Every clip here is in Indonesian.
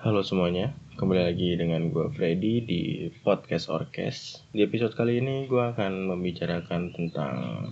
Halo semuanya, kembali lagi dengan gue Freddy di Podcast Orkes. Di episode kali ini gue akan membicarakan tentang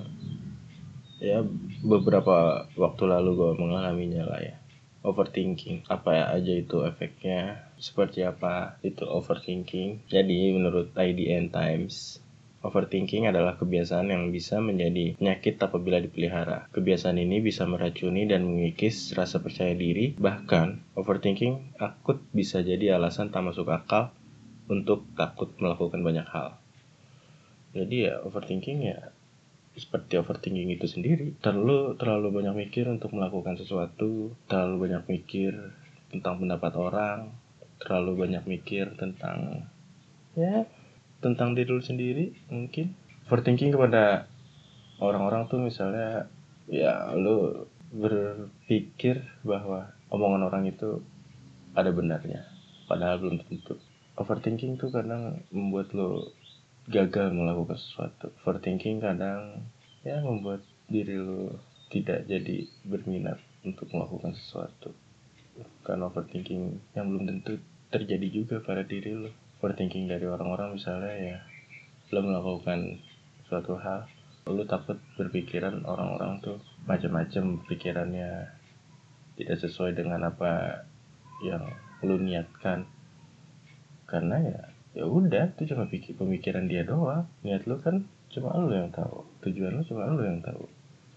beberapa waktu lalu gue mengalaminya lah ya. Overthinking, apa aja itu efeknya, seperti apa itu overthinking. Jadi menurut IDN Times, overthinking adalah kebiasaan yang bisa menjadi penyakit apabila dipelihara. Kebiasaan ini bisa meracuni dan mengikis rasa percaya diri. Bahkan, overthinking akut bisa jadi alasan tak masuk akal untuk takut melakukan banyak hal. Jadi overthinking seperti overthinking itu sendiri. Terlalu banyak mikir untuk melakukan sesuatu, terlalu banyak mikir tentang pendapat orang, terlalu banyak mikir tentang diri lu sendiri mungkin. Overthinking kepada orang-orang tuh misalnya lu berpikir bahwa omongan orang itu ada benarnya, padahal belum tentu. Overthinking tuh kadang membuat lu gagal melakukan sesuatu. Overthinking kadang membuat diri lu tidak jadi berminat untuk melakukan sesuatu. Karena overthinking yang belum tentu terjadi juga pada diri lu. Overthinking dari orang-orang misalnya lu melakukan suatu hal, lu takut berpikiran orang-orang tuh macam-macam pikirannya, tidak sesuai dengan apa yang lu niatkan. Karena ya udah, itu cuma pemikiran dia doang. Niat lu kan cuma lu yang tahu, tujuan lu cuma lu yang tahu.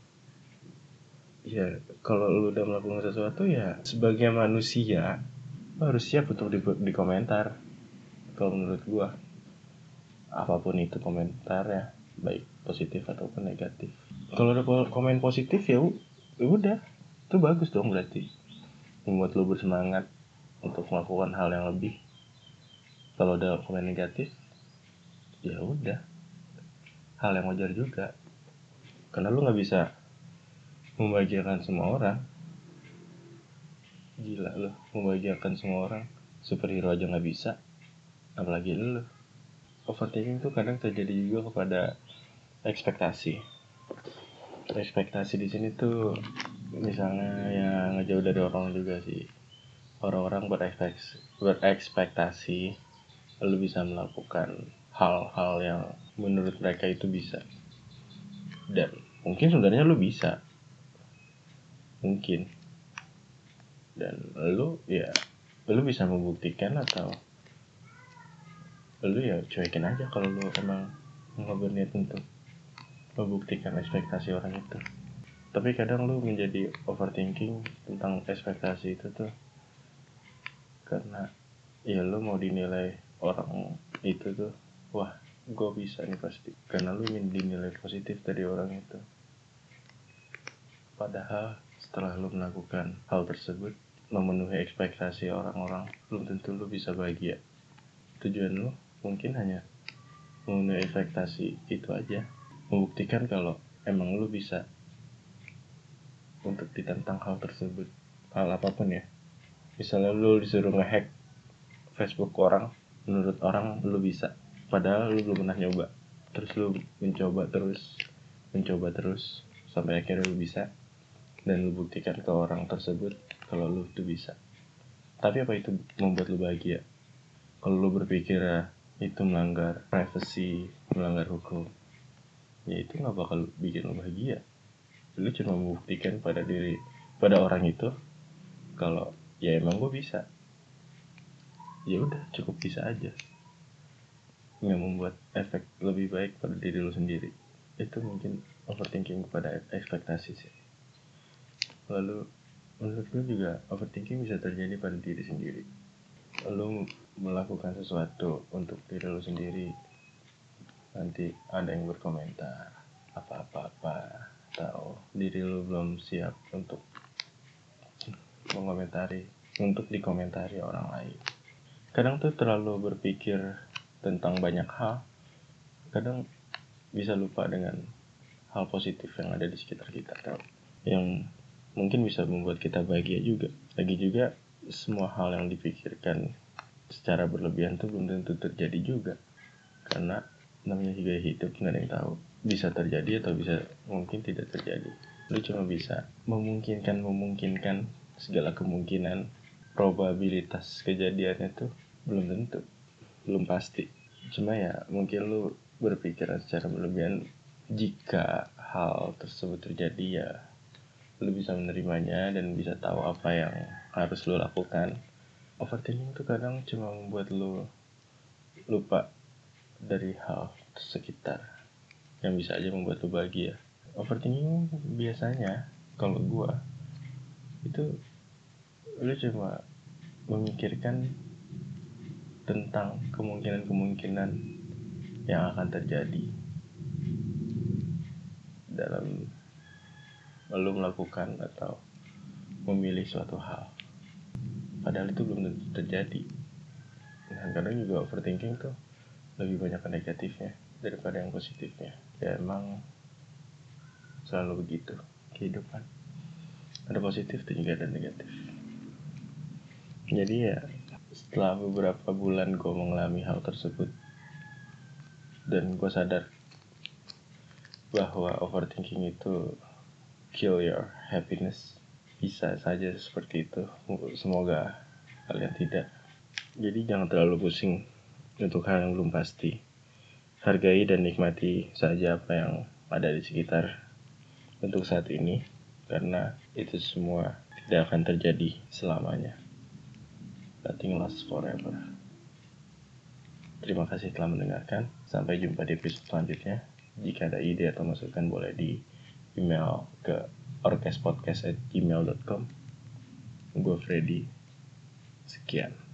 Ya kalau lu udah melakukan sesuatu, ya sebagai manusia harus siap untuk di komentar. Kalau menurut gua, apapun itu komentarnya, baik positif ataupun negatif. Kalau ada komen positif ya udah, itu bagus dong, berarti membuat lu bersemangat untuk melakukan hal yang lebih. Kalau ada komen negatif, ya udah, hal yang wajar juga, karena lu nggak bisa membahagiakan semua orang. Gila lu, membahagiakan semua orang, superhero aja nggak bisa, apalagi lu. Overthinking tuh kadang terjadi juga kepada ekspektasi di sini tuh, misalnya yang ngejauh dari orang juga sih. Orang-orang berekspektasi lu bisa melakukan hal-hal yang menurut mereka itu bisa, dan mungkin sebenarnya lu bisa, mungkin, dan lu bisa membuktikan, atau lu cuekin aja kalau lu emang nggak berniat untuk membuktikan ekspektasi orang itu. Tapi kadang lu menjadi overthinking tentang ekspektasi itu tuh karena lu mau dinilai orang itu tuh, wah gue bisa nih pasti, karena lu ingin dinilai positif dari orang itu. Padahal setelah lu melakukan hal tersebut, memenuhi ekspektasi orang-orang, belum tentu lu bisa bahagia. Tujuan lu mungkin hanya memenuhi ekspektasi itu aja, membuktikan kalau emang lu bisa untuk ditentang hal tersebut, hal apapun ya. Misalnya lu disuruh ngehack Facebook orang, menurut orang lu bisa, padahal lu belum pernah nyoba. Terus lu mencoba terus sampai akhirnya lu bisa, dan lu buktikan ke orang tersebut kalau lu tuh bisa. Tapi apa itu membuat lu bahagia? Kalau lu berpikir itu melanggar privacy, melanggar hukum, ya itu nggak bakal bikin lu bahagia. Lu cuma membuktikan pada orang itu kalau ya emang gue bisa. Ya udah, cukup bisa aja, nggak membuat efek lebih baik pada diri lu sendiri. Itu mungkin overthinking kepada ekspektasi sih. Lalu menurut gue juga overthinking bisa terjadi pada diri sendiri. Lu melakukan sesuatu untuk diri lu sendiri, nanti ada yang berkomentar apa-apa, atau diri lu belum siap untuk dikomentari orang lain. Kadang tuh terlalu berpikir tentang banyak hal, kadang bisa lupa dengan hal positif yang ada di sekitar kita, yang mungkin bisa membuat kita bahagia juga. Lagi juga, semua hal yang dipikirkan secara berlebihan tuh belum tentu terjadi juga, karena namanya juga hidup, nggak ada yang tahu, bisa terjadi atau bisa mungkin tidak terjadi. Lu cuma bisa memungkinkan segala kemungkinan probabilitas kejadiannya tuh belum tentu, belum pasti. Cuma ya mungkin lu berpikiran secara berlebihan, jika hal tersebut terjadi ya lu bisa menerimanya dan bisa tahu apa yang harus lu lakukan. Overthinking tuh kadang cuma membuat lu lupa dari hal sekitar yang bisa aja membuat lu bahagia. Overthinking biasanya kalau gua itu lu cuma memikirkan tentang kemungkinan-kemungkinan yang akan terjadi dalam lu melakukan atau memilih suatu hal, padahal itu belum tentu terjadi. Nah, kadang juga overthinking tuh lebih banyak negatifnya daripada yang positifnya. Ya emang selalu begitu kehidupan, ada positif dan juga ada negatif. Jadi ya setelah beberapa bulan gue mengalami hal tersebut dan gue sadar bahwa overthinking itu kill your happiness. Bisa saja seperti itu, semoga kalian tidak. Jadi jangan terlalu pusing untuk hal yang belum pasti. Hargai dan nikmati saja apa yang ada di sekitar untuk saat ini, karena itu semua tidak akan terjadi selamanya. Nothing lasts forever. Terima kasih telah mendengarkan. Sampai jumpa di episode selanjutnya. Jika ada ide atau masukan boleh di email ke orkespodcast@gmail.com. Gue Freddy. Sekian.